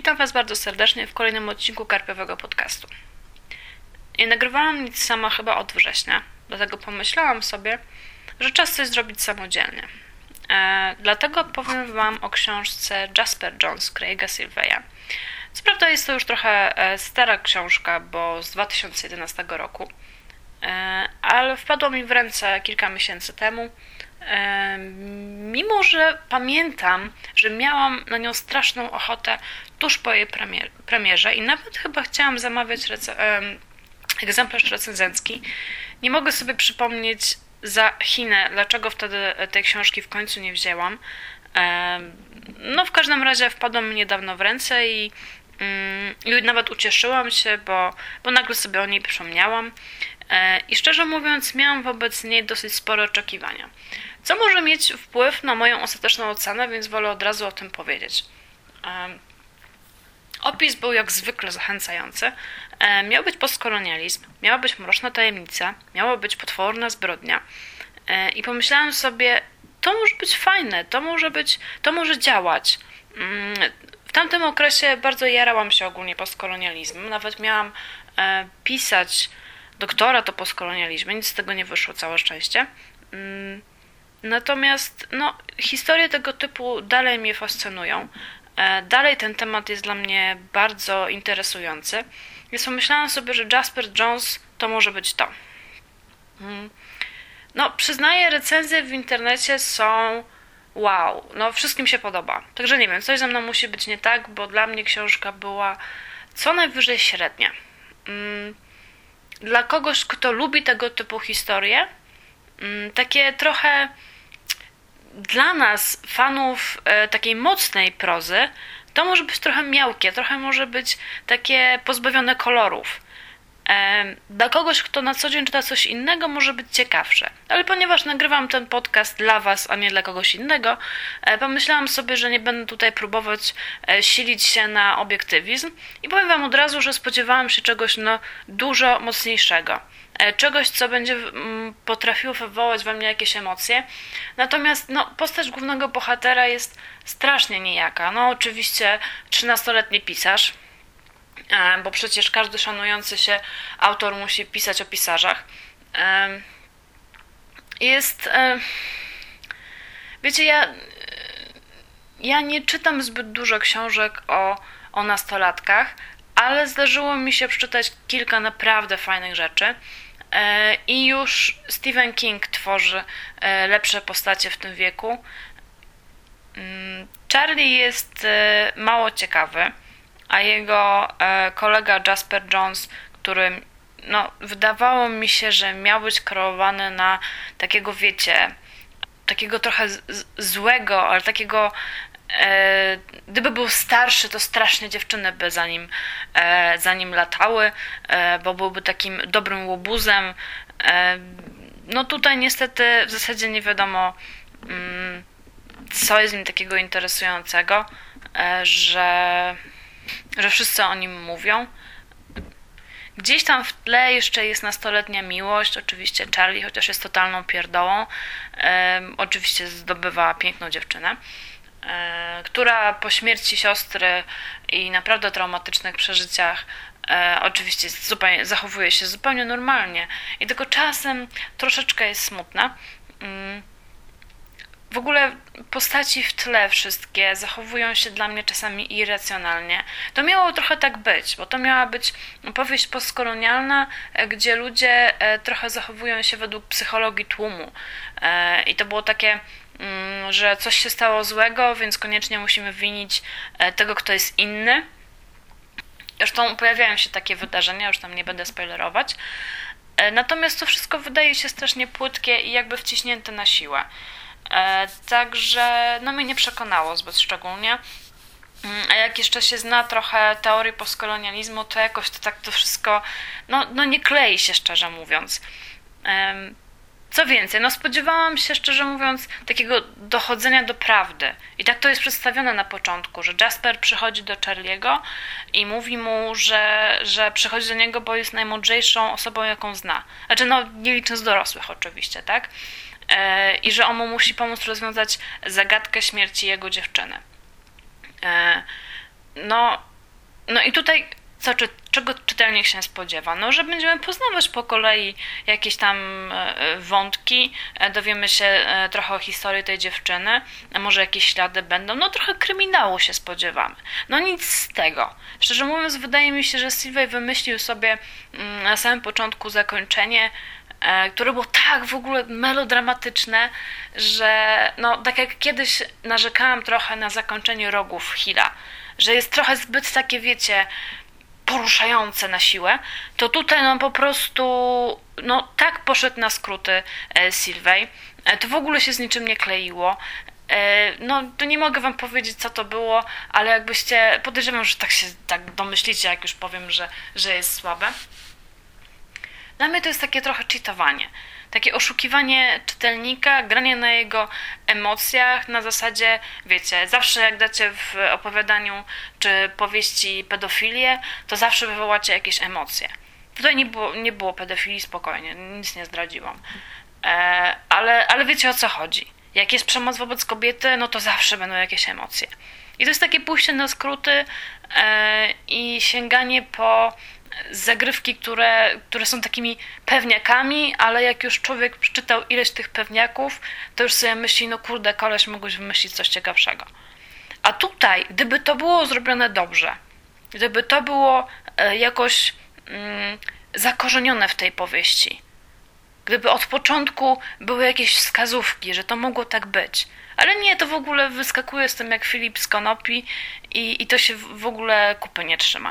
Witam Was bardzo serdecznie w kolejnym odcinku Karpiowego Podcastu. Nie nagrywałam nic sama chyba od września, dlatego pomyślałam sobie, że czas coś zrobić samodzielnie. Dlatego powiem Wam o książce Jasper Johns Craiga Silveya. Co prawda jest to już trochę stara książka, bo z 2011 roku, ale wpadła mi w ręce kilka miesięcy temu, mimo że pamiętam, że miałam na nią straszną ochotę tuż po jej premierze i nawet chyba chciałam zamawiać egzemplarz recenzencki. Nie mogę sobie przypomnieć za chinę, dlaczego wtedy tej książki w końcu nie wzięłam. No w każdym razie wpadła mi niedawno w ręce i nawet ucieszyłam się, bo nagle sobie o niej przypomniałam. I szczerze mówiąc miałam wobec niej dosyć spore oczekiwania. Co może mieć wpływ na moją ostateczną ocenę, więc wolę od razu o tym powiedzieć. Opis był jak zwykle zachęcający. Miał być postkolonializm, miała być mroczna tajemnica, miała być potworna zbrodnia. I pomyślałam sobie, to może być fajne, to może działać. W tamtym okresie bardzo jarałam się ogólnie postkolonializmem. Nawet miałam pisać doktorat o postkolonializmie, nic z tego nie wyszło, całe szczęście. Natomiast historie tego typu dalej mnie fascynują. Dalej ten temat jest dla mnie bardzo interesujący. Więc pomyślałam sobie, że Jasper Johns to może być to. Przyznaję, recenzje w internecie są wow, wszystkim się podoba. Także nie wiem, coś ze mną musi być nie tak, bo dla mnie książka była co najwyżej średnia. Dla kogoś, kto lubi tego typu historie, takie trochę dla nas, fanów takiej mocnej prozy, to może być trochę miałkie, trochę może być takie pozbawione kolorów. Dla kogoś, kto na co dzień czyta coś innego, może być ciekawsze. Ale ponieważ nagrywam ten podcast dla Was, a nie dla kogoś innego, pomyślałam sobie, że nie będę tutaj próbować silić się na obiektywizm i powiem Wam od razu, że spodziewałam się czegoś dużo mocniejszego. Czegoś, co będzie potrafiło wywołać we mnie jakieś emocje. Natomiast postać głównego bohatera jest strasznie nijaka. Oczywiście 13-letni pisarz, bo przecież każdy szanujący się autor musi pisać o pisarzach. Wiecie, ja nie czytam zbyt dużo książek o nastolatkach, ale zdarzyło mi się przeczytać kilka naprawdę fajnych rzeczy. I już Stephen King tworzy lepsze postacie w tym wieku. Charlie jest mało ciekawy, a jego kolega Jasper Johns, który wydawało mi się, że miał być kreowany na takiego, wiecie, takiego trochę złego, ale takiego gdyby był starszy, to strasznie dziewczyny by za nim latały, bo byłby takim dobrym łobuzem. Tutaj niestety w zasadzie nie wiadomo, co jest w nim takiego interesującego, że wszyscy o nim mówią. Gdzieś tam w tle jeszcze jest nastoletnia miłość, oczywiście Charlie, chociaż jest totalną pierdołą, oczywiście zdobywa piękną dziewczynę, która po śmierci siostry i naprawdę traumatycznych przeżyciach oczywiście zachowuje się zupełnie normalnie i tylko czasem troszeczkę jest smutna. W ogóle postaci w tle wszystkie zachowują się dla mnie czasami irracjonalnie. To miało trochę tak być, bo to miała być powieść postkolonialna, gdzie ludzie trochę zachowują się według psychologii tłumu. I to było takie, że coś się stało złego, więc koniecznie musimy winić tego, kto jest inny. Zresztą pojawiają się takie wydarzenia, już tam nie będę spoilerować. Natomiast to wszystko wydaje się strasznie płytkie i jakby wciśnięte na siłę. Także mnie nie przekonało zbyt szczególnie. A jak jeszcze się zna trochę teorii postkolonializmu, to jakoś to wszystko nie klei się, szczerze mówiąc. Co więcej, spodziewałam się, szczerze mówiąc, takiego dochodzenia do prawdy. I tak to jest przedstawione na początku, że Jasper przychodzi do Charlie'ego i mówi mu, że przychodzi do niego, bo jest najmądrzejszą osobą, jaką zna. Znaczy, nie licząc dorosłych oczywiście, tak? I że on mu musi pomóc rozwiązać zagadkę śmierci jego dziewczyny. No i tutaj czego czytelnik się spodziewa? No, że będziemy poznawać po kolei jakieś tam wątki, dowiemy się trochę o historii tej dziewczyny, a może jakieś ślady będą, no trochę kryminału się spodziewamy. No nic z tego. Szczerze mówiąc, wydaje mi się, że Sylwej wymyślił sobie na samym początku zakończenie, które było tak w ogóle melodramatyczne, że no tak jak kiedyś narzekałam trochę na zakończenie Rogów Hilla, że jest trochę zbyt takie, wiecie, poruszające na siłę, to tutaj no po prostu no tak poszedł na skróty Sylwej. To w ogóle się z niczym nie kleiło. No to nie mogę wam powiedzieć, co to było, ale jakbyście, podejrzewam, że tak domyślicie, jak już powiem, że jest słabe. Dla mnie to jest takie trochę cheatowanie. Takie oszukiwanie czytelnika, granie na jego emocjach na zasadzie, wiecie, zawsze jak dacie w opowiadaniu czy powieści pedofilię, to zawsze wywołacie jakieś emocje. Tutaj nie było pedofilii, spokojnie, nic nie zdradziłam. Ale wiecie, o co chodzi. Jak jest przemoc wobec kobiety, no to zawsze będą jakieś emocje. I to jest takie pójście na skróty i sięganie po zagrywki, które są takimi pewniakami, ale jak już człowiek przeczytał ileś tych pewniaków, to już sobie myśli, no kurde, koleś, mogłeś wymyślić coś ciekawszego. A tutaj, gdyby to było zrobione dobrze, gdyby to było jakoś zakorzenione w tej powieści, gdyby od początku były jakieś wskazówki, że to mogło tak być, ale nie, to w ogóle wyskakuje z tym jak Filip z konopi i to się w ogóle kupy nie trzyma.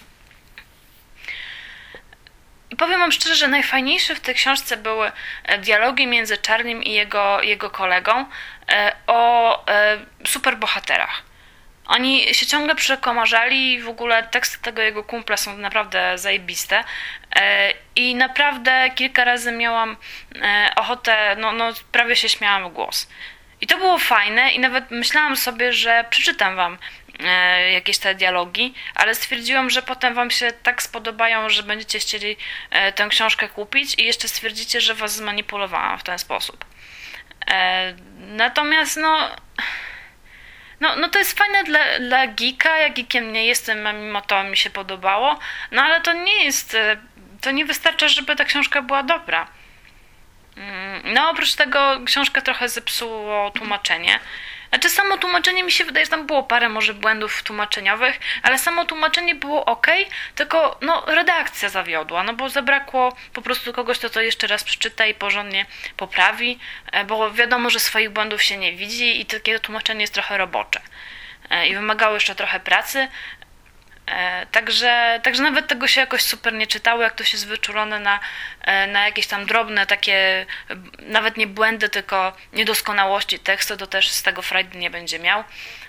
I powiem wam szczerze, że najfajniejsze w tej książce były dialogi między Czarnym i jego kolegą o superbohaterach. Oni się ciągle przekomarzali i w ogóle teksty tego jego kumpla są naprawdę zajebiste. I naprawdę kilka razy miałam ochotę, no prawie się śmiałam w głos. I to było fajne i nawet myślałam sobie, że przeczytam wam jakieś te dialogi, ale stwierdziłam, że potem wam się tak spodobają, że będziecie chcieli tę książkę kupić i jeszcze stwierdzicie, że was zmanipulowałam w ten sposób. Natomiast no to jest fajne dla geeka, ja geekiem nie jestem, a mimo to mi się podobało, no ale to nie wystarcza, żeby ta książka była dobra. No oprócz tego książkę trochę zepsuło tłumaczenie. Znaczy samo tłumaczenie mi się wydaje, że tam było parę może błędów tłumaczeniowych, ale samo tłumaczenie było ok, tylko no redakcja zawiodła, no bo zabrakło po prostu kogoś, kto to jeszcze raz przeczyta i porządnie poprawi, bo wiadomo, że swoich błędów się nie widzi i takie tłumaczenie jest trochę robocze i wymagało jeszcze trochę pracy. Także nawet tego się jakoś super nie czytało, jak to się jest wyczulone na jakieś tam drobne takie, nawet nie błędy, tylko niedoskonałości tekstu, to też z tego frajdy nie będzie miał.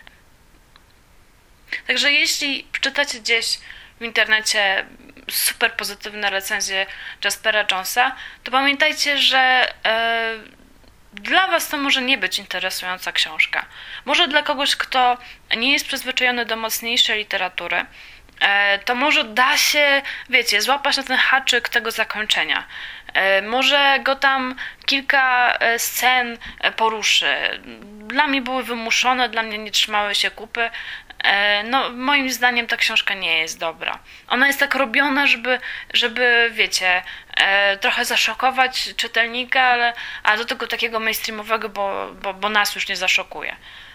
Także jeśli przeczytacie gdzieś w internecie super pozytywne recenzje Jaspera Jonesa, to pamiętajcie, że dla was to może nie być interesująca książka. Może dla kogoś, kto nie jest przyzwyczajony do mocniejszej literatury, to może da się, wiecie, złapać na ten haczyk tego zakończenia. Może go tam kilka scen poruszy. Dla mnie były wymuszone, dla mnie nie trzymały się kupy. No, moim zdaniem ta książka nie jest dobra. Ona jest tak robiona, żeby wiecie, trochę zaszokować czytelnika, ale do tego takiego mainstreamowego, bo nas już nie zaszokuje.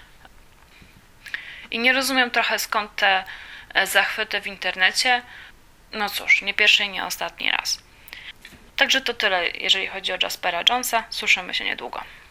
I nie rozumiem trochę, skąd te zachwyty w internecie. No cóż, nie pierwszy i nie ostatni raz. Także to tyle, jeżeli chodzi o Jaspera Jonesa. Słyszymy się niedługo.